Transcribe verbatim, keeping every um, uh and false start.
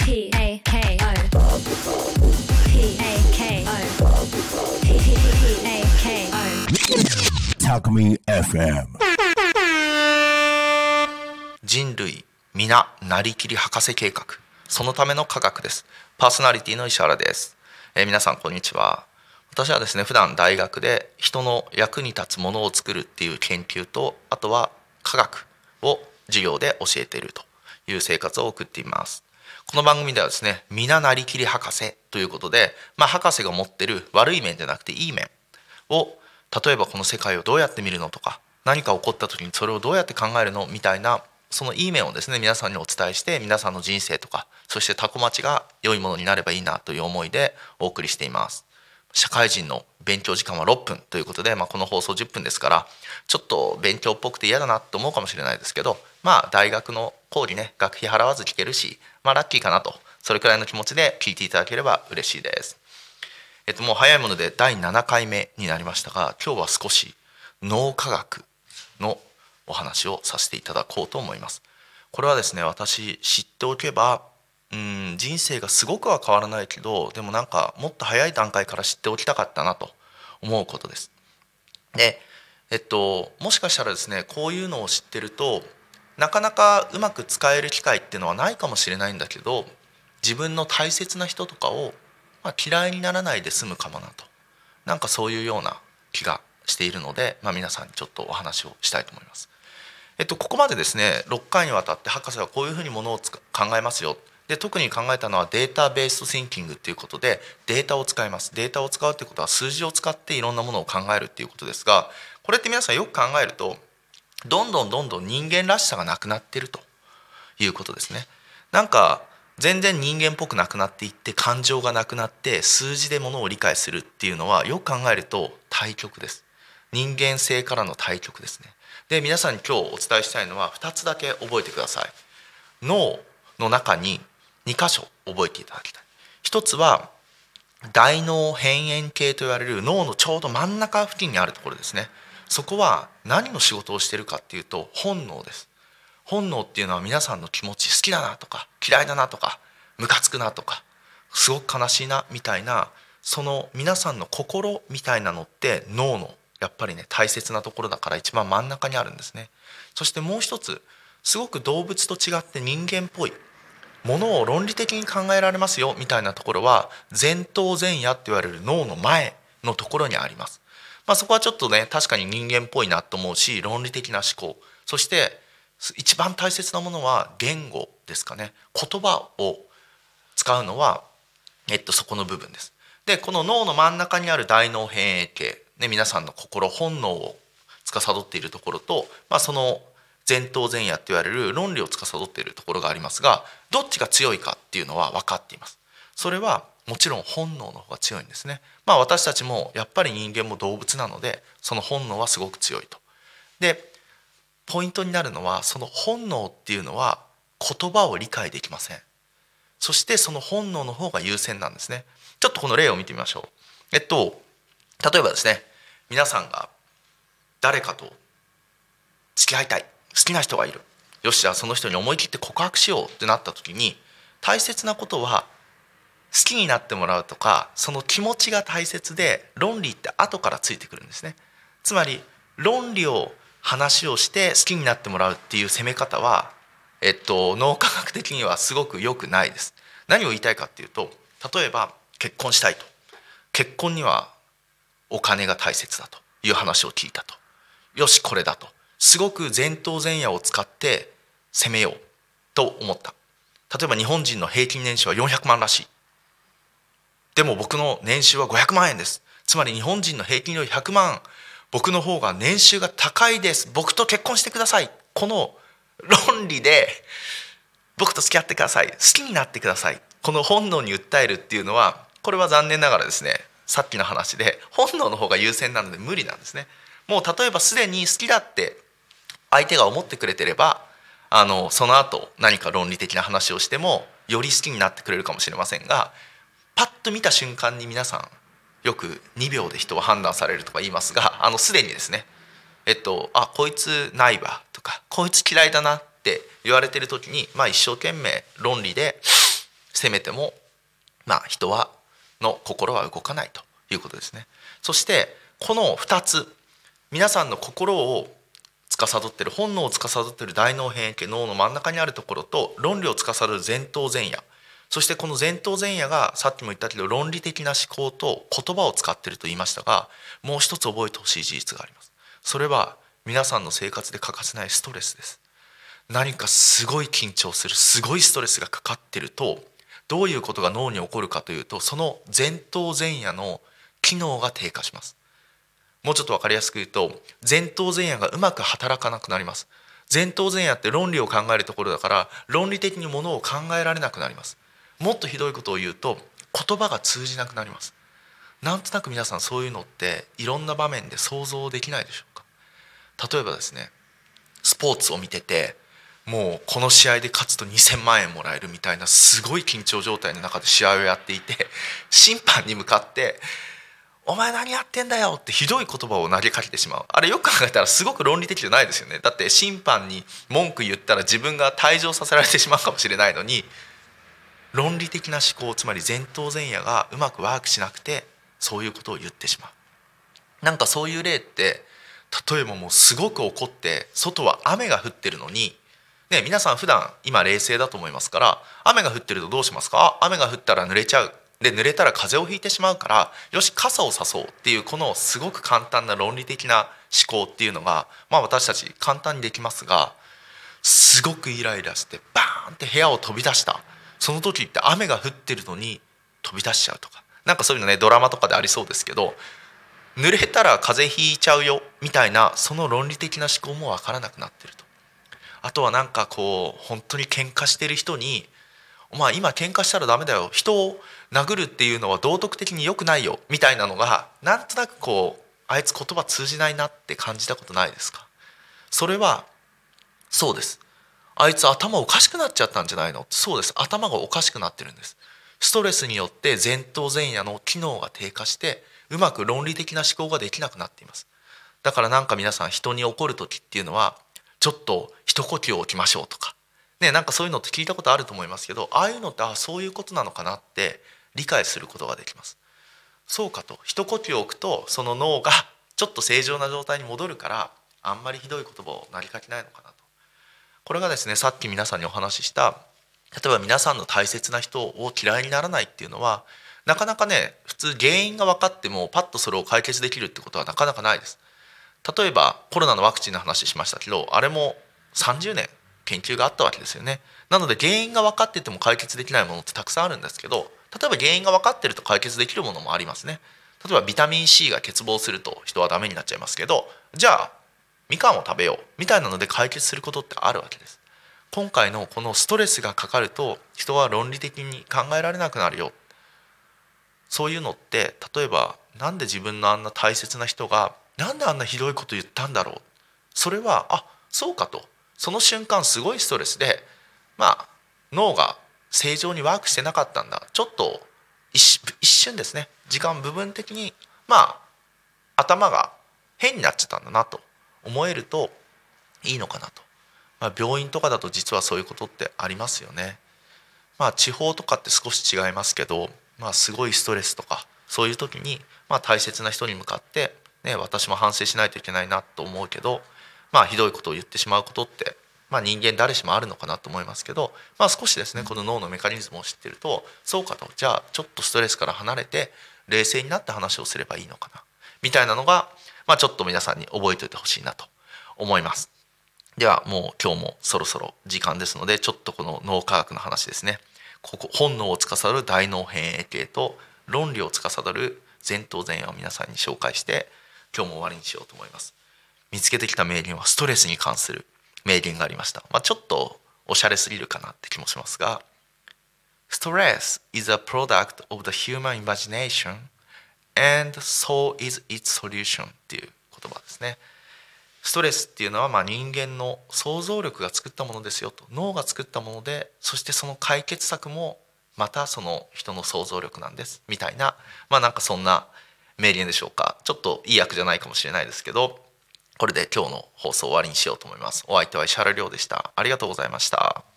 P A K O P A K O P A K O タクミ エフエム。 人類皆なりきり博士計画、そのための科学です。パーソナリティの石原です。えー、皆さんこんにちは。私はですね、普段大学で人の役に立つものを作るっていう研究と、あとは科学を授業で教えているという生活を送っています。この番組ではですね、皆なりきり博士ということで、まあ、博士が持ってる悪い面じゃなくていい面を、例えばこの世界をどうやって見るのとか、何か起こった時にそれをどうやって考えるのみたいな、そのいい面をですね、皆さんにお伝えして、皆さんの人生とか、そしてタコ町が良いものになればいいなという思いでお送りしています。社会人の勉強時間はろっぷんということで、まあ、この放送じゅっぷんですから、ちょっと勉強っぽくて嫌だなと思うかもしれないですけど、まあ大学の講義ね、学費払わず聞けるし、まあラッキーかなと、それくらいの気持ちで聞いていただければ嬉しいです。えっともう早いものでだいななかいめになりましたが、今日は少し脳科学のお話をさせていただこうと思います。これはですね、私知っておけばうん人生がすごくは変わらないけど、でもなんかもっと早い段階から知っておきたかったなと思うことです。で、えっともしかしたらですね、こういうのを知ってるとなかなかうまく使える機会っていうのはないかもしれないんだけど、自分の大切な人とかを、まあ、嫌いにならないで済むかもなと、なんかそういうような気がしているので、まあ、皆さんにちょっとお話をしたいと思います。えっと、ここまでですね、ろっかいにわたって博士はこういうふうにものをつか考えますよ。で、特に考えたのはデータベースシンキングということで、データを使います。データを使うということは数字を使っていろんなものを考えるっていうことですが、これって皆さんよく考えると、どんどんどんどん人間らしさがなくなっているということですね。なんか全然人間っぽくなくなっていって、感情がなくなって数字でものを理解するっていうのは、よく考えると対極です。人間性からの対極ですね。で、皆さんに今日お伝えしたいのはふたつだけ覚えてください。脳の中ににかしょ覚えていただきたい。ひとつは大脳辺縁系と言われる脳のちょうど真ん中付近にあるところですね。そこは何の仕事をしているかっていうと、本能です。本能っていうのは皆さんの気持ち、好きだなとか嫌いだなとかムカつくなとかすごく悲しいなみたいな、その皆さんの心みたいなのって脳のやっぱりね大切なところだから、一番真ん中にあるんですね。そしてもう一つ、すごく動物と違って人間っぽいものを論理的に考えられますよみたいなところは、前頭前野って言われる脳の前のところにあります。まあ、そこはちょっとね、確かに人間っぽいなと思うし、論理的な思考、そして一番大切なものは言語ですかね。言葉を使うのは、えっと、そこの部分です。で、この脳の真ん中にある大脳辺縁系、ね、皆さんの心、本能を司っているところと、まあ、その前頭前野って言われる論理を司っているところがありますが、どっちが強いかっていうのは分かっています。それはもちろん本能の方が強いんですね。まあ私たちもやっぱり人間も動物なので、その本能はすごく強いと。で、ポイントになるのは、その本能っていうのは言葉を理解できません。そしてその本能の方が優先なんですね。ちょっとこの例を見てみましょう。えっと例えばですね、皆さんが誰かと付き合いたい、好きな人がいる、よし、じゃあその人に思い切って告白しようってなった時に、大切なことは好きになってもらうとか、その気持ちが大切で、論理って後からついてくるんですね。つまり論理を話をして好きになってもらうっていう攻め方は、えっと、脳科学的にはすごく良くないです。何を言いたいかっていうと、例えば結婚したいと、結婚にはお金が大切だという話を聞いたと、よしこれだと、すごく前頭前野を使って攻めようと思った。例えば日本人の平均年収はよんひゃくまんらしい。でも僕の年収はごひゃくまんえんです。つまり日本人の平均よりひゃくまん、僕の方が年収が高いです。僕と結婚してください。この論理で僕と付き合ってください、好きになってください、この本能に訴えるっていうのは、これは残念ながらですね、さっきの話で本能の方が優先なので無理なんですね。もう例えばすでに好きだって相手が思ってくれてれば、あのその後何か論理的な話をしてもより好きになってくれるかもしれませんが、パッと見た瞬間に皆さんよくにびょうで人を判断されるとか言いますが、あのすでにですね、えっとあこいつないわとか、こいつ嫌いだなって言われてる時に、まあ、一生懸命論理でせめてもまあ人はの心は動かないということですね。そしてこのふたつ、皆さんの心を司っている本能を司っている大脳辺縁系、脳の真ん中にあるところと論理を司る前頭前野、そしてこの前頭前野がさっきも言ったけど論理的な思考と言葉を使っていると言いましたが、もう一つ覚えてほしい事実があります。それは皆さんの生活で欠かせないストレスです。何かすごい緊張する、すごいストレスがかかっていると、どういうことが脳に起こるかというと、その前頭前野の機能が低下します。もうちょっと分かりやすく言うと、前頭前野がうまく働かなくなります。前頭前野って論理を考えるところだから、論理的にものを考えられなくなります。もっとひどいことを言うと、言葉が通じなくなります。なんとなく皆さんそういうのっていろんな場面で想像できないでしょうか。例えばですね、スポーツを見てて、もうこの試合で勝つとにせんまんえんもらえるみたいなすごい緊張状態の中で試合をやっていて、審判に向かってお前何やってんだよってひどい言葉を投げかけてしまう。あれよく考えたらすごく論理的じゃないですよね。だって審判に文句言ったら自分が退場させられてしまうかもしれないのに、論理的な思考、つまり前頭前野がうまくワークしなくてそういうことを言ってしまう。なんかそういう例って、例えばもうすごく怒って外は雨が降ってるのにね、皆さん普段今冷静だと思いますから、雨が降ってるとどうしますか。あ、雨が降ったら濡れちゃう。で濡れたら風邪をひいてしまうから、よし傘をさそうっていう、このすごく簡単な論理的な思考っていうのが、まあ私たち簡単にできますが、すごくイライラしてバーンって部屋を飛び出した、その時って雨が降ってるのに飛び出しちゃうとか、なんかそういうのね、ドラマとかでありそうですけど、濡れたら風邪ひいちゃうよみたいな、その論理的な思考も分からなくなってると。あとはなんかこう本当に喧嘩してる人に、お前今喧嘩したらダメだよ、人を殴るっていうのは道徳的に良くないよみたいなのが、なんとなくこうあいつ言葉通じないなって感じたことないですか。それはそうです。あいつ頭おかしくなっちゃったんじゃないの。そうです。頭がおかしくなってるんです。ストレスによって前頭前野の機能が低下して、うまく論理的な思考ができなくなっています。だからなんか皆さん人に怒る時っていうのは、ちょっと一呼吸置きましょうとかね、なんかそういうのって聞いたことあると思いますけど、ああいうのってあそういうことなのかなって理解することができます。そうかと、一呼吸置くとその脳がちょっと正常な状態に戻るから、あんまりひどい言葉を投げかけないのかなと。これがですね、さっき皆さんにお話しした、例えば皆さんの大切な人を嫌いにならないっていうのは、なかなかね、普通原因が分かってもパッとそれを解決できるってことはなかなかないです。例えばコロナのワクチンの話しましたけど、あれもさんじゅうねん研究があったわけですよね。なので原因が分かってても解決できないものってたくさんあるんですけど、例えば原因が分かってると解決できるものもありますね。例えばビタミン C が欠乏すると人はダメになっちゃいますけど、じゃあみかんを食べようみたいなので解決することってあるわけです。今回のこのストレスがかかると人は論理的に考えられなくなるよ。そういうのって、例えばなんで自分のあんな大切な人がなんであんなひどいこと言ったんだろう、それはあそうかと、その瞬間すごいストレスで、まあ脳が正常にワークしてなかったんだ、ちょっと 一, 一瞬ですね、時間部分的にまあ頭が変になっちゃったんだなと思えるといいのかなと。まあ、病院とかだと実はそういうことってありますよね。まあ地方とかって少し違いますけど、まあすごいストレスとかそういう時に、まあ大切な人に向かってね、私も反省しないといけないなと思うけど、まあひどいことを言ってしまうことって、まあ人間誰しもあるのかなと思いますけど、まあ少しですね、この脳のメカニズムを知ってると、そうかと、じゃあちょっとストレスから離れて冷静になって話をすればいいのかなみたいなのが、まあちょっと皆さんに覚えておいてほしいなと思います。ではもう今日もそろそろ時間ですので、ちょっとこの脳科学の話ですね、ここ本能を司る大脳辺縁系と論理を司る前頭前野を皆さんに紹介して今日も終わりにしようと思います。見つけてきた名言はストレスに関する名言がありました。まあ、ちょっとおしゃれすぎるかなって気もしますが、 Stress is a product of the human imagination and so is its solution っていう言葉ですね。ストレスっていうのはまあ人間の想像力が作ったものですよと、脳が作ったもので、そしてその解決策もまたその人の想像力なんですみたいな、まあなんかそんな名言でしょうか。ちょっといい訳じゃないかもしれないですけど、これで今日の放送を終わりにしようと思います。お相手は石原亮でした。ありがとうございました。